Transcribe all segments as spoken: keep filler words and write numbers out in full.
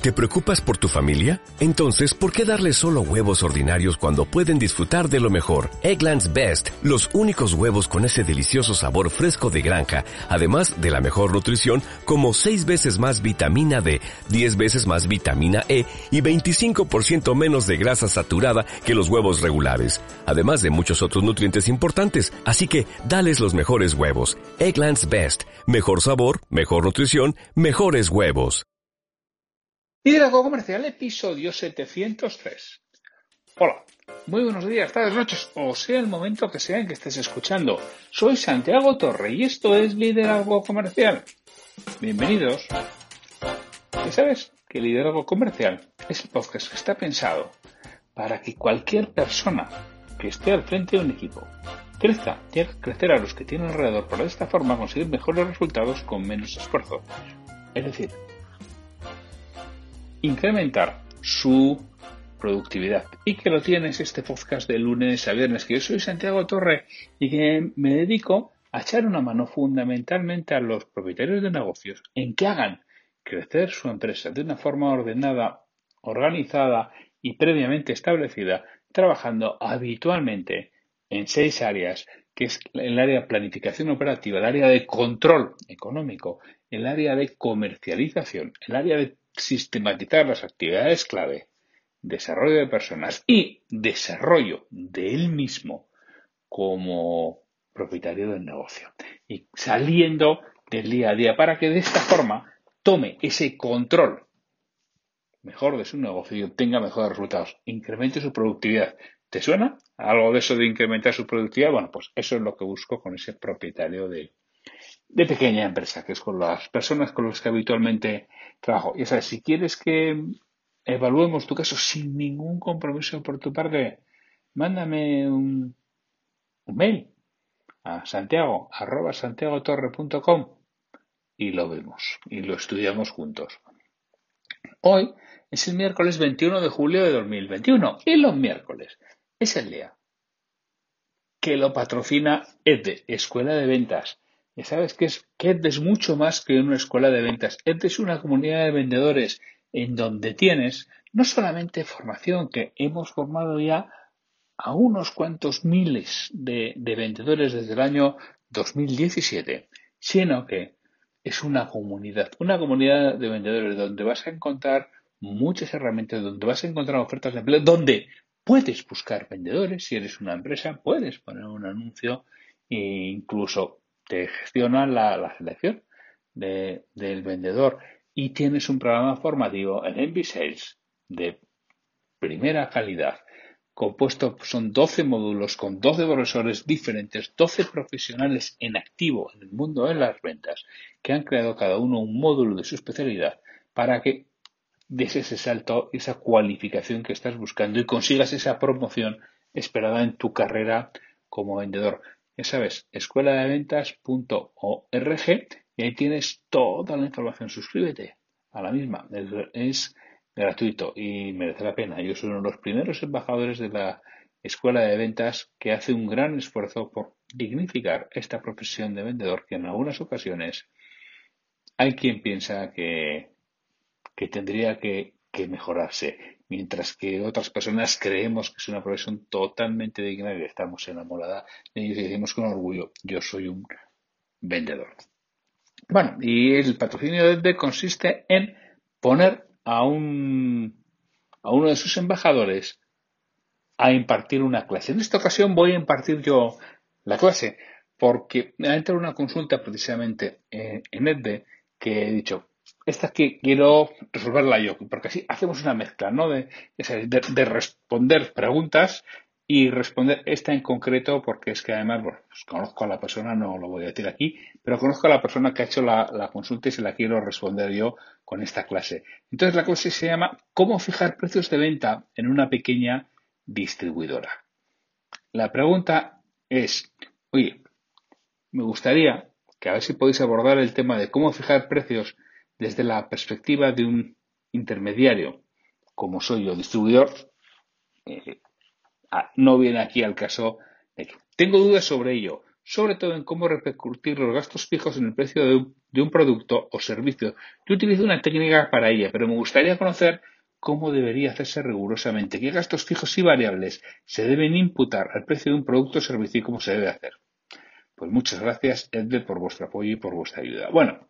¿Te preocupas por tu familia? Entonces, ¿por qué darles solo huevos ordinarios cuando pueden disfrutar de lo mejor? Eggland's Best, los únicos huevos con ese delicioso sabor fresco de granja, además de la mejor nutrición, como seis veces más vitamina D, diez veces más vitamina E y veinticinco por ciento menos de grasa saturada que los huevos regulares, además de muchos otros nutrientes importantes. Así que, dales los mejores huevos. Eggland's Best, mejor sabor, mejor nutrición, mejores huevos. Liderazgo Comercial, episodio setecientos tres. Hola, muy buenos días, tardes, noches, o sea el momento que sea en que estés escuchando. Soy Santiago Torre y esto es Liderazgo Comercial. Bienvenidos. ¿Y sabes que Liderazgo Comercial es el podcast que está pensado para que cualquier persona que esté al frente de un equipo crezca, y haga crecer a los que tienen alrededor para de esta forma conseguir mejores resultados con menos esfuerzo? Es decir, incrementar su productividad. Y que lo tienes este podcast de lunes a viernes, que yo soy Santiago Torre y que me dedico a echar una mano fundamentalmente a los propietarios de negocios en que hagan crecer su empresa de una forma ordenada, organizada y previamente establecida, trabajando habitualmente en seis áreas, que es el área de planificación operativa, el área de control económico, el área de comercialización, el área de sistematizar las actividades clave, desarrollo de personas y desarrollo de él mismo como propietario del negocio. Y saliendo del día a día para que de esta forma tome ese control mejor de su negocio y obtenga mejores resultados, incremente su productividad. ¿Te suena algo de eso de incrementar su productividad? Bueno, pues eso es lo que busco con ese propietario de de pequeña empresa, que es con las personas con las que habitualmente trabajo. Y sabes, si quieres que evaluemos tu caso sin ningún compromiso por tu parte, mándame un, un mail a santiago arroba santiagotorre punto com y lo vemos y lo estudiamos juntos. Hoy es el miércoles veintiuno de julio de dos mil veintiuno y los miércoles es el día que lo patrocina E D D, Escuela de Ventas. Ya sabes que, es, que E D D es mucho más que una escuela de ventas. E D D es una comunidad de vendedores en donde tienes no solamente formación, que hemos formado ya a unos cuantos miles de, de vendedores desde el año dos mil diecisiete, sino que es una comunidad, una comunidad de vendedores donde vas a encontrar muchas herramientas, donde vas a encontrar ofertas de empleo, donde puedes buscar vendedores. Si eres una empresa, puedes poner un anuncio e incluso te gestiona la, la selección de, del vendedor. Y tienes un programa formativo en M B Sales de primera calidad, compuesto, son doce módulos con doce profesores diferentes, doce profesionales en activo en el mundo de las ventas, que han creado cada uno un módulo de su especialidad para que des ese salto, esa cualificación que estás buscando y consigas esa promoción esperada en tu carrera como vendedor. Ya sabes, escuela de ventas punto org y ahí tienes toda la información. Suscríbete a la misma. Es, es gratuito y merece la pena. Yo soy uno de los primeros embajadores de la escuela de ventas que hace un gran esfuerzo por dignificar esta profesión de vendedor, que en algunas ocasiones hay quien piensa que que tendría que, que mejorarse, mientras que otras personas creemos que es una profesión totalmente digna y que estamos enamorada de ellos y decimos con orgullo, yo soy un vendedor. Bueno, y el patrocinio de E D D consiste en poner a un a uno de sus embajadores a impartir una clase. En esta ocasión voy a impartir yo la clase porque me ha entrado una consulta precisamente en, en E D D que he dicho, esta que quiero resolverla yo, porque así hacemos una mezcla, ¿no? De, de, de responder preguntas y responder esta en concreto, porque es que además, bueno, pues conozco a la persona, no lo voy a decir aquí, pero conozco a la persona que ha hecho la, la consulta y se la quiero responder yo con esta clase. Entonces la clase se llama ¿Cómo fijar precios de venta en una pequeña distribuidora? La pregunta es, oye, me gustaría que a ver si podéis abordar el tema de cómo fijar precios desde la perspectiva de un intermediario, como soy yo, distribuidor. Eh, no viene aquí al caso de que tengo dudas sobre ello. sobre todo en cómo repercutir los gastos fijos en el precio de un, de un producto o servicio. Yo utilizo una técnica para ella, pero me gustaría conocer cómo debería hacerse rigurosamente, qué gastos fijos y variables se deben imputar al precio de un producto o servicio y cómo se debe hacer. Pues muchas gracias, Edgar, por vuestro apoyo y por vuestra ayuda. Bueno,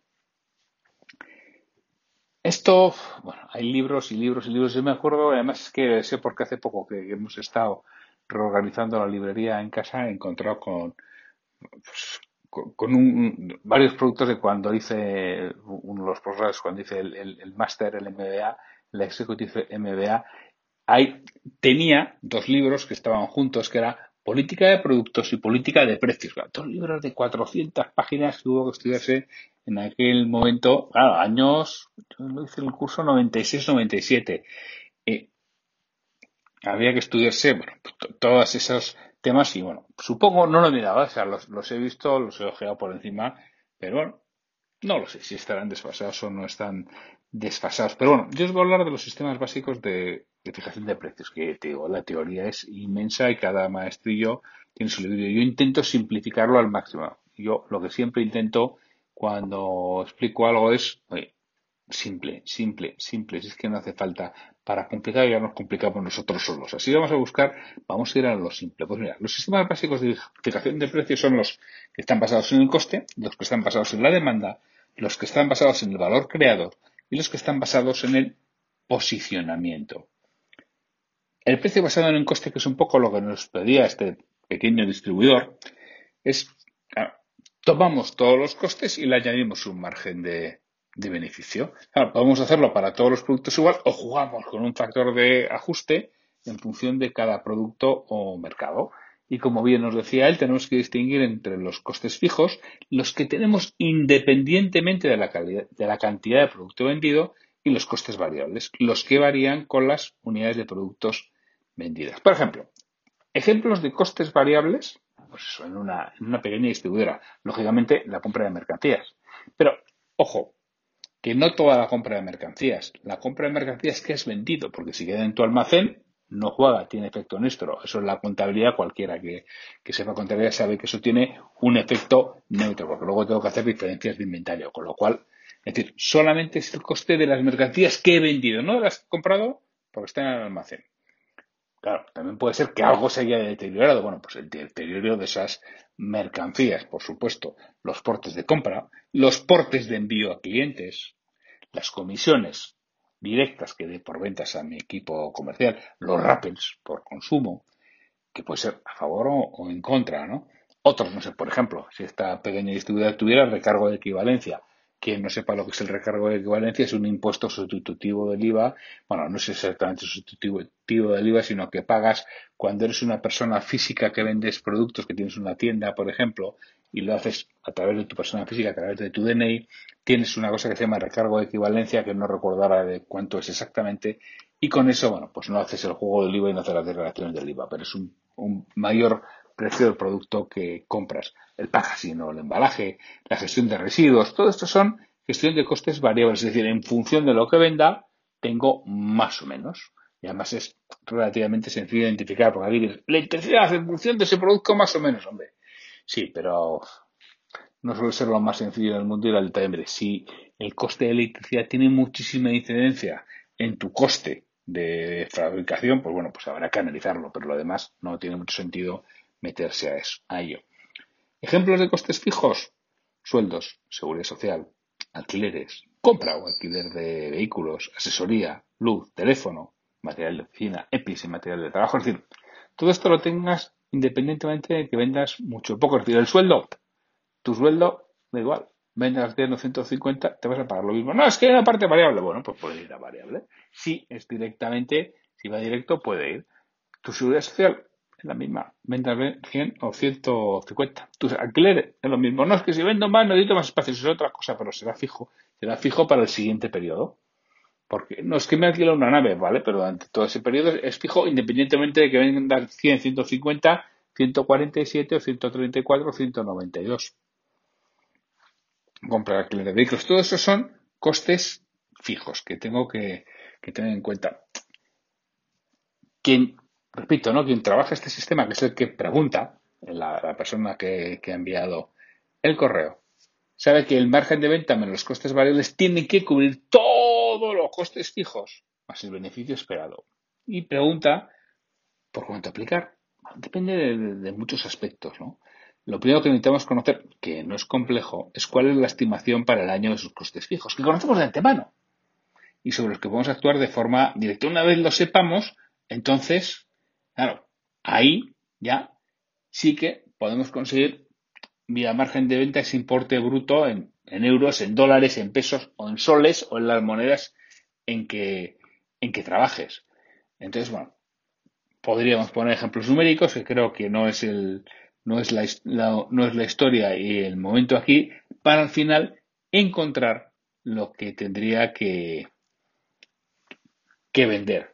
esto, bueno, hay libros y libros y libros. Yo me acuerdo, además es que sé porque hace poco que hemos estado reorganizando la librería en casa, he encontrado con, pues, con, con un- varios productos de cuando hice uno de los profesores, cuando hice el, el, el máster, el M B A, el Executive M B A, Ahí tenía dos libros que estaban juntos, que era Política de Productos y Política de Precios. Claro, dos libros de cuatrocientas páginas que hubo que estudiarse en aquel momento, claro, años, yo lo hice en el curso noventa y seis noventa y siete. Eh, había que estudiarse, bueno, pues, to- todos esos temas y bueno, supongo, no lo he mirado, o sea, los, los he visto, los he ojeado por encima, pero bueno, no lo sé si estarán desfasados o no están desfasados. Pero bueno, yo os voy a hablar de los sistemas básicos de, de fijación de precios, que te digo, la teoría es inmensa y cada maestrillo tiene su libro. Yo intento simplificarlo al máximo. Yo lo que siempre intento cuando explico algo es, oye, simple, simple, simple. Si es que no hace falta para complicar, ya nos complicamos nosotros solos. Así vamos a buscar, vamos a ir a lo simple. Pues mira, los sistemas básicos de fijación de precios son los que están basados en el coste, los que están basados en la demanda, los que están basados en el valor creado y los que están basados en el posicionamiento. El precio basado en el coste, que es un poco lo que nos pedía este pequeño distribuidor, es, claro, tomamos todos los costes y le añadimos un margen de, de beneficio. Claro, podemos hacerlo para todos los productos igual o jugamos con un factor de ajuste en función de cada producto o mercado. Y como bien nos decía él, tenemos que distinguir entre los costes fijos, los que tenemos independientemente de la calidad, de la cantidad de producto vendido, y los costes variables, los que varían con las unidades de productos vendidas. Por ejemplo, ejemplos de costes variables, pues eso, en una, en una pequeña distribuidora, lógicamente la compra de mercancías. Pero, ojo, que no toda la compra de mercancías. La compra de mercancías que has vendido, porque si queda en tu almacén, no juega, tiene efecto neutro. Eso es la contabilidad, cualquiera que, que sepa contabilidad sabe que eso tiene un efecto neutro, porque luego tengo que hacer diferencias de inventario, con lo cual, es decir, solamente es el coste de las mercancías que he vendido, no de las que he comprado, porque están en el almacén. Claro, también puede ser que algo se haya deteriorado. Bueno, pues el deterioro de esas mercancías, por supuesto, los portes de compra, los portes de envío a clientes, las comisiones directas que dé por ventas a mi equipo comercial, los rappels por consumo, que puede ser a favor o, o en contra, ¿no? Otros, no sé, por ejemplo, si esta pequeña distribuidora tuviera recargo de equivalencia. Quien no sepa lo que es el recargo de equivalencia es un impuesto sustitutivo del IVA. Bueno, no es exactamente sustitutivo del IVA, sino que pagas cuando eres una persona física que vendes productos, que tienes una tienda, por ejemplo, y lo haces a través de tu persona física, a través de tu D N I, tienes una cosa que se llama recargo de equivalencia, que no recuerdo ahora de cuánto es exactamente, y con eso, bueno, pues no haces el juego del IVA y no haces las declaraciones del IVA, pero es un, un mayor precio del producto que compras. El packaging o el embalaje, la gestión de residuos, todo esto son gestión de costes variables, es decir, en función de lo que venda, tengo más o menos. Y además es relativamente sencillo de identificar, porque aquí dices, la intensidad en función de ese producto más o menos, hombre. Sí, pero no suele ser lo más sencillo del mundo ir al detalle. Si el coste de electricidad tiene muchísima incidencia en tu coste de fabricación, pues bueno, pues habrá que analizarlo, pero lo demás no tiene mucho sentido meterse a, eso, a ello. Ejemplos de costes fijos: sueldos, seguridad social, alquileres, compra o alquiler de vehículos, asesoría, luz, teléfono, material de oficina, EPIs y material de trabajo. Es decir, todo esto lo tengas independientemente de que vendas mucho o poco. Es decir, el sueldo, tu sueldo, da igual, vendas cien o ciento cincuenta, te vas a pagar lo mismo. No, es que hay una parte variable. Bueno, pues puede ir a variable. Si es directamente, si va directo, puede ir. Tu seguridad social es la misma. Vendas cien o ciento cincuenta. Tus alquileres es lo mismo. No, es que si vendo más necesito más espacio. Eso es otra cosa, pero será fijo. Será fijo para el siguiente periodo. Porque no es que me alquila una nave, ¿vale? Pero durante todo ese periodo es fijo independientemente de que vendas cien, ciento cincuenta, ciento cuarenta y siete o ciento treinta y cuatro o ciento noventa y dos. Comprar alquiler de vehículos. Todo eso son costes fijos que tengo que, que tener en cuenta. Quien, repito, ¿no? Quien trabaja este sistema, que es el que pregunta, la, la persona que, que ha enviado el correo, sabe que el margen de venta menos los costes variables tienen que cubrir todos los costes fijos, más el beneficio esperado. Y pregunta por cuánto aplicar. Depende de, de- de muchos aspectos, ¿no? Lo primero que necesitamos conocer, que no es complejo, es cuál es la estimación para el año de sus costes fijos, que conocemos de antemano y sobre los que podemos actuar de forma directa. Una vez lo sepamos, entonces, claro, ahí ya sí que podemos conseguir vía margen de venta ese importe bruto en, en euros, en dólares, en pesos o en soles o en las monedas en que, en que trabajes. Entonces, bueno, podríamos poner ejemplos numéricos, que creo que no es el, no es la, la- no es la historia y el momento aquí, para al final encontrar lo que tendría que, que vender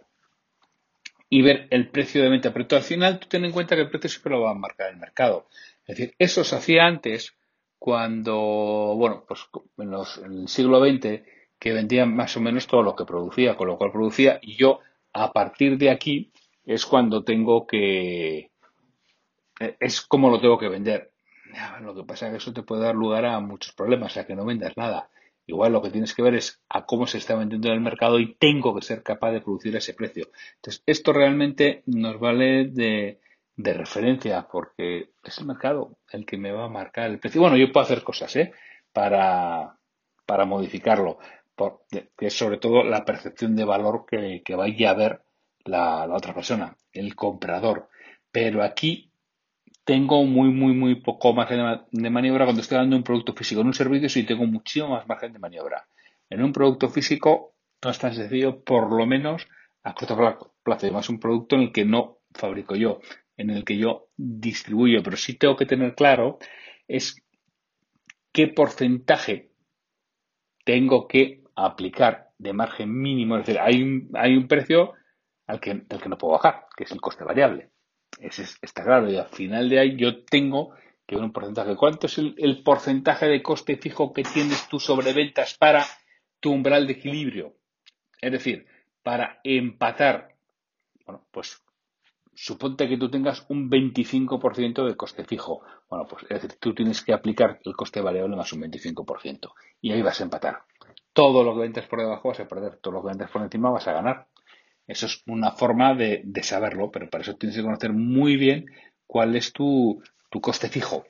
y ver el precio de venta. Pero tú, al final, tú ten en cuenta que el precio siempre lo va a marcar el mercado. Es decir, eso se hacía antes cuando, bueno, pues en, los- en el siglo veinte, que vendían más o menos todo lo que producía, con lo cual producía, y yo a partir de aquí es cuando tengo que, eh, es como lo tengo que vender. Ya, lo que pasa es que eso te puede dar lugar a muchos problemas, a que no vendas nada. Igual lo que tienes que ver es a cómo se está vendiendo en el mercado y tengo que ser capaz de producir a ese precio. Entonces, esto realmente nos vale de, de referencia porque es el mercado el que me va a marcar el precio. Bueno, yo puedo hacer cosas, ¿eh? Para, para modificarlo, por- que es sobre todo la percepción de valor que, que vaya a ver la, la otra persona, el comprador. Pero aquí tengo muy, muy, muy poco margen de, ma- de maniobra cuando estoy dando un producto físico. En un servicio sí tengo muchísimo más margen de maniobra. En un producto físico no es tan sencillo, por lo menos a corto pla- plazo. Además, un producto en el que no fabrico yo, en el que yo distribuyo. Pero sí tengo que tener claro es qué porcentaje tengo que aplicar de margen mínimo. Es decir, hay un, hay un precio al que, del que no puedo bajar, que es el coste variable. Ese es- está claro. Y al final de ahí yo tengo que ver un porcentaje. ¿Cuánto es el, el porcentaje de coste fijo que tienes tú sobre ventas para tu umbral de equilibrio? Es decir, para empatar. Bueno, pues suponte que tú tengas un veinticinco por ciento de coste fijo. Bueno, pues es decir, tú tienes que aplicar el coste variable más un veinticinco por ciento. Y ahí vas a empatar. Todo lo que ventas por debajo vas a perder, todo lo que ventas por encima vas a ganar. Eso es una forma de, de saberlo, pero para eso tienes que conocer muy bien cuál es tu, tu coste fijo.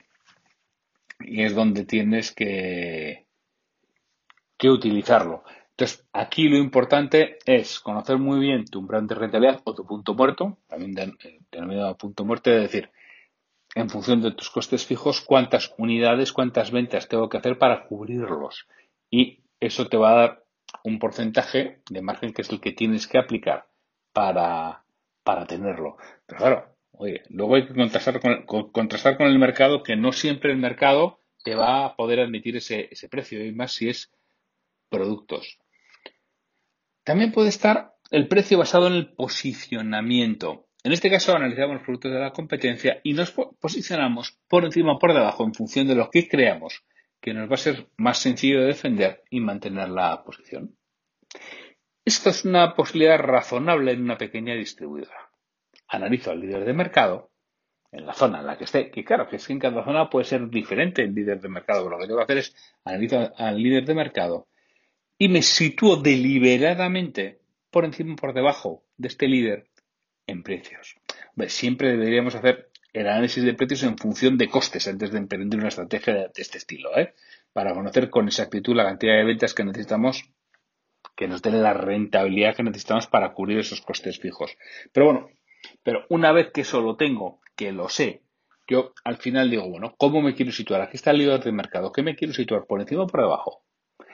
Y es donde tienes que, que utilizarlo. Entonces, aquí lo importante es conocer muy bien tu umbral de rentabilidad o tu punto muerto, también eh, denominado punto muerto, es decir, en función de tus costes fijos, cuántas unidades, cuántas ventas tengo que hacer para cubrirlos. Y eso te va a dar un porcentaje de margen que es el que tienes que aplicar para, para tenerlo. Pero claro, oye, luego hay que contrastar con, el, con, contrastar con el mercado, que no siempre el mercado te va a poder admitir ese, ese precio, y más si es productos. También puede estar el precio basado en el posicionamiento. En este caso analizamos los productos de la competencia y nos posicionamos por encima o por debajo en función de lo que creamos que nos va a ser más sencillo de defender y mantener la posición. Esto es una posibilidad razonable en una pequeña distribuidora. Analizo al líder de mercado en la zona en la que esté, que claro, que es que en cada zona puede ser diferente el líder de mercado, pero lo que tengo que hacer es analizar al líder de mercado y me sitúo deliberadamente por encima y por debajo de este líder en precios. Hombre, siempre deberíamos hacer el análisis de precios en función de costes antes de emprender una estrategia de este estilo, ¿eh? Para conocer con exactitud la cantidad de ventas que necesitamos, que nos den la rentabilidad que necesitamos para cubrir esos costes fijos. Pero bueno, pero una vez que eso lo tengo, que lo sé, yo al final digo, bueno, ¿cómo me quiero situar? Aquí está el líder de mercado. ¿Qué me quiero situar? ¿Por encima o por debajo?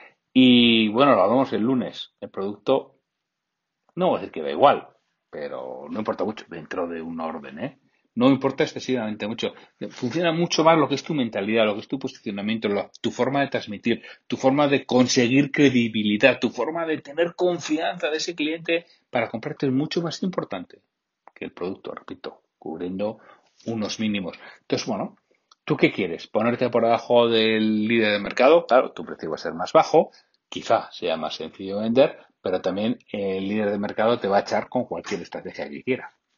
Y bueno, lo hablamos el lunes. El producto, no voy a decir que da igual, pero no importa mucho dentro de un orden, ¿eh? No importa excesivamente mucho. Funciona mucho más lo que es tu mentalidad, lo que es tu posicionamiento, lo- tu forma de transmitir, tu forma de conseguir credibilidad, tu forma de tener confianza de ese cliente para comprarte es mucho más importante que el producto, repito, cubriendo unos mínimos. Entonces, bueno, ¿tú qué quieres? ¿Ponerte por debajo del líder de mercado? Claro, tu precio va a ser más bajo, quizá sea más sencillo vender, pero también el líder de mercado te va a echar con cualquier estrategia que quieras.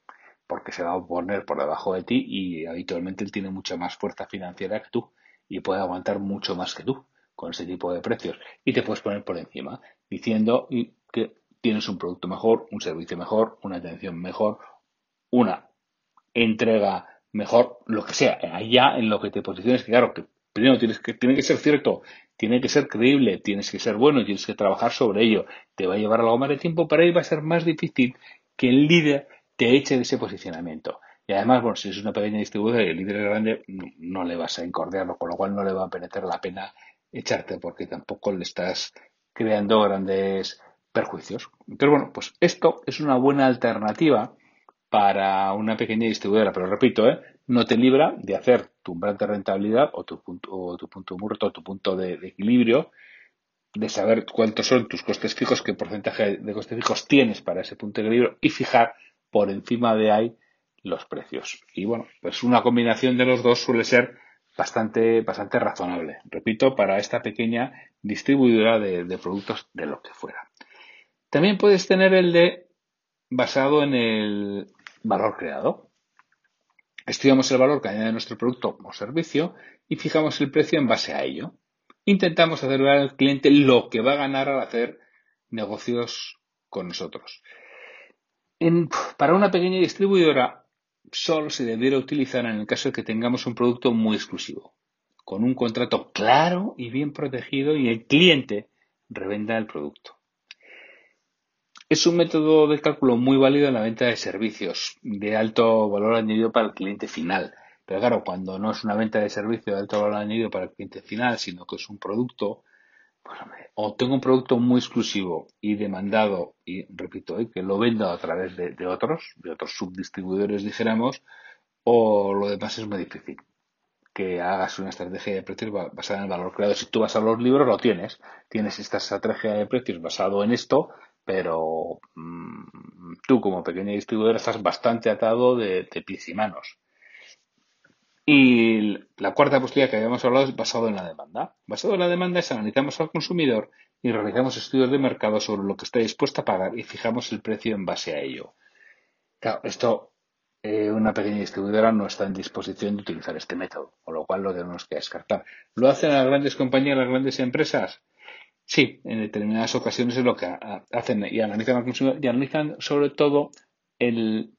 porque se va a poner por debajo de ti y habitualmente él tiene mucha más fuerza financiera que tú y puede aguantar mucho más que tú con ese tipo de precios y te puedes poner por encima diciendo que tienes un producto mejor, un servicio mejor, una atención mejor, una entrega mejor, lo que sea, allá en lo que te posiciones, que claro, que primero tienes que, tiene que ser cierto, tiene que ser creíble, tienes que ser bueno, tienes que trabajar sobre ello, te va a llevar algo más de tiempo, pero ahí va a ser más difícil que el líder te eche de ese posicionamiento. Y además, bueno, si es una pequeña distribuidora y el líder es grande, no, no le vas a incordiarlo, con lo cual no le va a merecer la pena echarte porque tampoco le estás creando grandes perjuicios. Entonces, bueno, pues esto es una buena alternativa para una pequeña distribuidora, pero repito, ¿eh? No te libra de hacer tu umbral de rentabilidad o tu punto, o tu punto muerto o tu punto de, de equilibrio, de saber cuántos son tus costes fijos, qué porcentaje de costes fijos tienes para ese punto de equilibrio y fijar por encima de ahí los precios. Y bueno, pues una combinación de los dos suele ser bastante, bastante razonable. Repito, para esta pequeña distribuidora de, de productos de lo que fuera. También puedes tener el de basado en el valor creado. Estudiamos el valor que añade nuestro producto o servicio y fijamos el precio en base a ello. Intentamos hacer ver al cliente lo que va a ganar al hacer negocios con nosotros. En, para una pequeña distribuidora solo se debiera utilizar en el caso de que tengamos un producto muy exclusivo, con un contrato claro y bien protegido y el cliente revenda el producto. Es un método de cálculo muy válido en la venta de servicios de alto valor añadido para el cliente final. Pero claro, cuando no es una venta de servicio de alto valor añadido para el cliente final, sino que es un producto, pues hombre, o tengo un producto muy exclusivo y demandado, y repito, ¿eh? que lo vendo a través de, de otros, de otros subdistribuidores, dijéramos, o lo demás es muy difícil. Que hagas una estrategia de precios basada en el valor creado. Si tú vas a los libros, lo tienes. Tienes esta estrategia de precios basado en esto, pero mmm, tú como pequeña distribuidora estás bastante atado de, de pies y manos. Y la cuarta posibilidad que habíamos hablado es basado en la demanda. Basado en la demanda es analizamos al consumidor y realizamos estudios de mercado sobre lo que está dispuesto a pagar y fijamos el precio en base a ello. Claro, esto eh, una pequeña distribuidora no está en disposición de utilizar este método, con lo cual lo tenemos que descartar. ¿Lo hacen las grandes compañías, las grandes empresas? Sí, en determinadas ocasiones es lo que hacen y analizan al consumidor y analizan sobre todo el,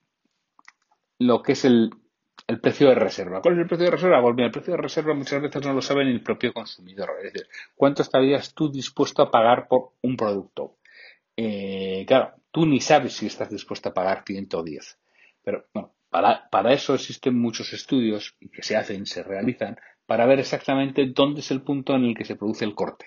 lo que es el, el precio de reserva. ¿Cuál es el precio de reserva? Pues mira, el precio de reserva muchas veces no lo sabe ni el propio consumidor. Es decir, ¿cuánto estarías tú dispuesto a pagar por un producto? Eh, claro, tú ni sabes si estás dispuesto a pagar ciento diez. Pero bueno, para, para eso existen muchos estudios que se hacen, se realizan, para ver exactamente dónde es el punto en el que se produce el corte.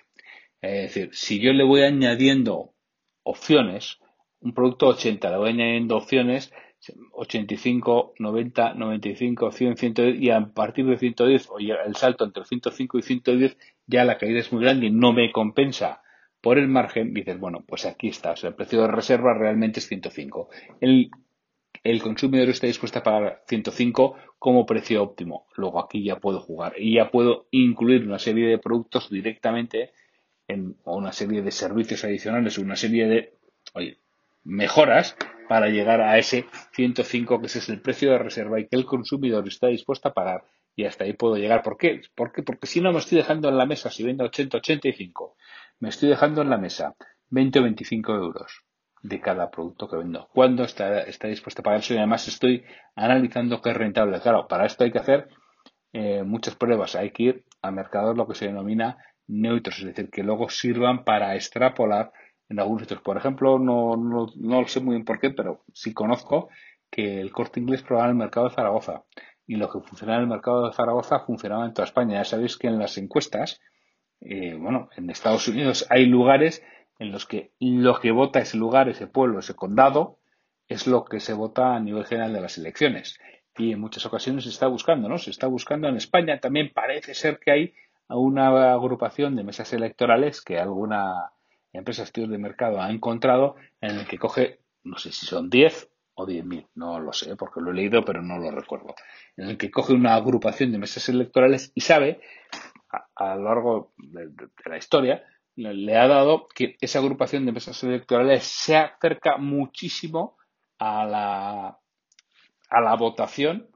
Es decir, si yo le voy añadiendo opciones, un producto ochenta, le voy añadiendo opciones ochenta y cinco, noventa, noventa y cinco, cien, ciento diez y a partir de ciento diez, o el salto entre ciento cinco y ciento diez, ya la caída es muy grande y no me compensa por el margen, dices, bueno, pues aquí está, o sea, el precio de reserva realmente es ciento cinco. El, el consumidor está dispuesto a pagar ciento cinco como precio óptimo. Luego aquí ya puedo jugar y ya puedo incluir una serie de productos directamente en, o una serie de servicios adicionales o una serie de oye, mejoras para llegar a ese ciento cinco, que ese es el precio de reserva y que el consumidor está dispuesto a pagar. Y hasta ahí puedo llegar. ¿Por qué? ¿Por qué? Porque si no me estoy dejando en la mesa, si vendo ochenta, ochenta y cinco, me estoy dejando en la mesa veinte o veinticinco euros de cada producto que vendo. ¿Cuándo está, está dispuesto a pagar eso? Y además estoy analizando qué es rentable. Claro, para esto hay que hacer eh, muchas pruebas. Hay que ir a mercados lo que se denomina neutros, es decir, que luego sirvan para extrapolar en algunos sitios. Por ejemplo, no, no, no lo sé muy bien por qué, pero sí conozco que el Corte Inglés probaba en el mercado de Zaragoza y lo que funcionaba en el mercado de Zaragoza funcionaba en toda España. Ya sabéis que en las encuestas, eh, bueno, en Estados Unidos hay lugares en los que lo que vota ese lugar, ese pueblo, ese condado, es lo que se vota a nivel general de las elecciones. Y en muchas ocasiones se está buscando, ¿no? Se está buscando en España. También parece ser que hay una agrupación de mesas electorales que alguna empresa de estudios de mercado ha encontrado en el que coge, no sé si son diez o diez mil, no lo sé porque lo he leído pero no lo recuerdo, en el que coge una agrupación de mesas electorales y sabe a, a lo largo de, de, de la historia le, le ha dado que esa agrupación de mesas electorales se acerca muchísimo a la a la votación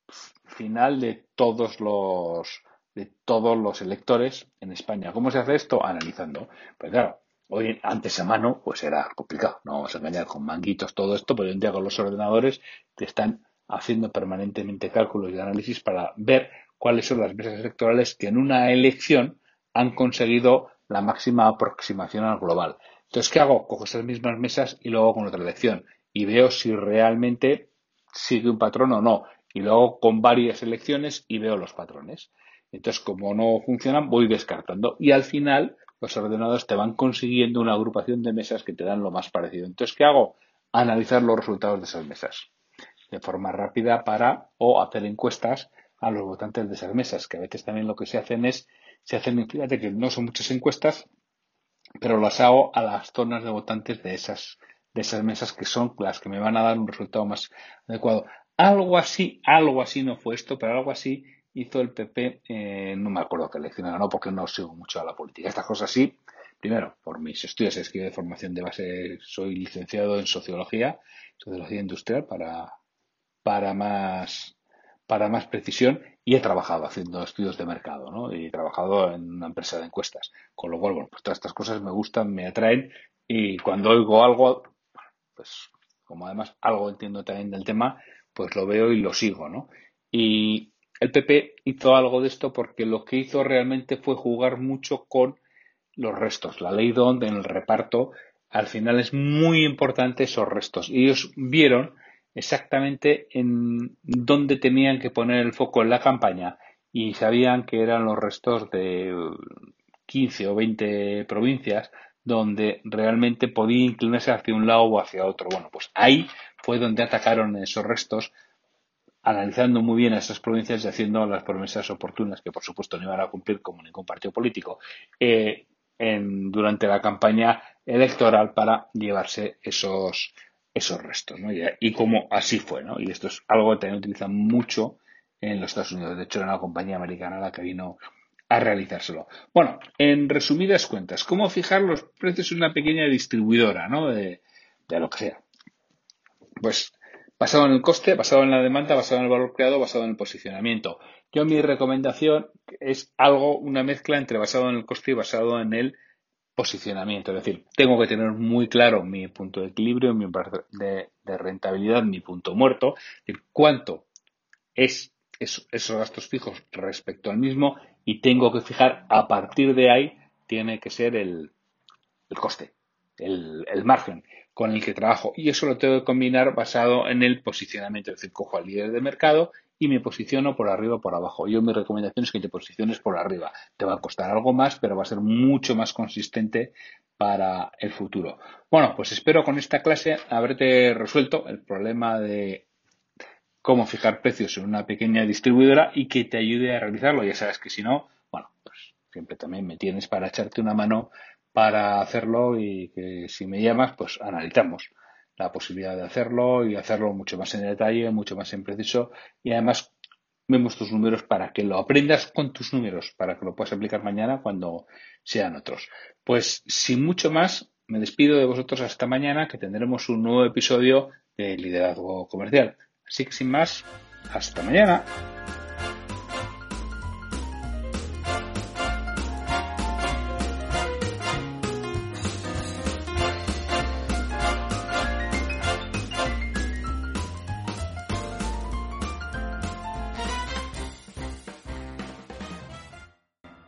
final de todos los de todos los electores en España. ¿Cómo se hace esto? Analizando. Pues claro, hoy antes a mano pues era complicado, no vamos a engañar con manguitos todo esto, pero hoy en día con los ordenadores te están haciendo permanentemente cálculos y análisis para ver cuáles son las mesas electorales que en una elección han conseguido la máxima aproximación al global. Entonces, ¿qué hago? Cojo esas mismas mesas y luego con otra elección y veo si realmente sigue un patrón o no. Y luego con varias elecciones y veo los patrones. Entonces, como no funcionan, voy descartando. Y al final, los ordenadores te van consiguiendo una agrupación de mesas que te dan lo más parecido. Entonces, ¿qué hago? Analizar los resultados de esas mesas de forma rápida para o hacer encuestas a los votantes de esas mesas, que a veces también lo que se hacen es, se hacen, fíjate que no son muchas encuestas, pero las hago a las zonas de votantes de esas, de esas mesas que son las que me van a dar un resultado más adecuado. Algo así, algo así no fue esto, pero algo así hizo el P P, eh, no me acuerdo qué elección ganó porque no sigo mucho a la política. Estas cosas sí, primero, por mis estudios es que de formación de base soy licenciado en sociología, sociología industrial para, para más para más precisión y he trabajado haciendo estudios de mercado, ¿no? Y he trabajado en una empresa de encuestas, con lo cual, bueno, pues todas estas cosas me gustan, me atraen y cuando oigo algo, pues como además algo entiendo también del tema, pues lo veo y lo sigo, ¿no? Y el P P hizo algo de esto porque lo que hizo realmente fue jugar mucho con los restos. La ley D'Hondt en el reparto, al final es muy importante esos restos. Y ellos vieron exactamente en dónde tenían que poner el foco en la campaña y sabían que eran los restos de quince o veinte provincias donde realmente podía inclinarse hacia un lado o hacia otro. Bueno, pues ahí fue donde atacaron esos restos, analizando muy bien a esas provincias y haciendo las promesas oportunas, que por supuesto no iban a cumplir como ningún partido político, eh, en, durante la campaña electoral para llevarse esos, esos restos, ¿no? Y, y como así fue, ¿no? Y esto es algo que también utilizan mucho en los Estados Unidos. De hecho, era una compañía americana la que vino a realizárselo. Bueno, en resumidas cuentas, ¿cómo fijar los precios en una pequeña distribuidora, ¿no? De, de lo que sea. Pues basado en el coste, basado en la demanda, basado en el valor creado, basado en el posicionamiento. Yo mi recomendación es algo, una mezcla entre basado en el coste y basado en el posicionamiento. Es decir, tengo que tener muy claro mi punto de equilibrio, mi de, de rentabilidad, mi punto muerto, es decir, cuánto es eso, esos gastos fijos respecto al mismo y tengo que fijar a partir de ahí tiene que ser el, el coste, el, el margen con el que trabajo y eso lo tengo que combinar basado en el posicionamiento, es decir, cojo al líder de mercado y me posiciono por arriba o por abajo. Yo mi recomendación es que te posiciones por arriba. Te va a costar algo más, pero va a ser mucho más consistente para el futuro. Bueno, pues espero con esta clase haberte resuelto el problema de cómo fijar precios en una pequeña distribuidora y que te ayude a realizarlo. Ya sabes que si no, bueno, pues siempre también me tienes para echarte una mano para hacerlo y que si me llamas, pues analizamos la posibilidad de hacerlo y hacerlo mucho más en detalle, mucho más en preciso y además vemos tus números para que lo aprendas con tus números, para que lo puedas aplicar mañana cuando sean otros. Pues sin mucho más, me despido de vosotros hasta mañana que tendremos un nuevo episodio de Liderazgo Comercial. Así que sin más, hasta mañana.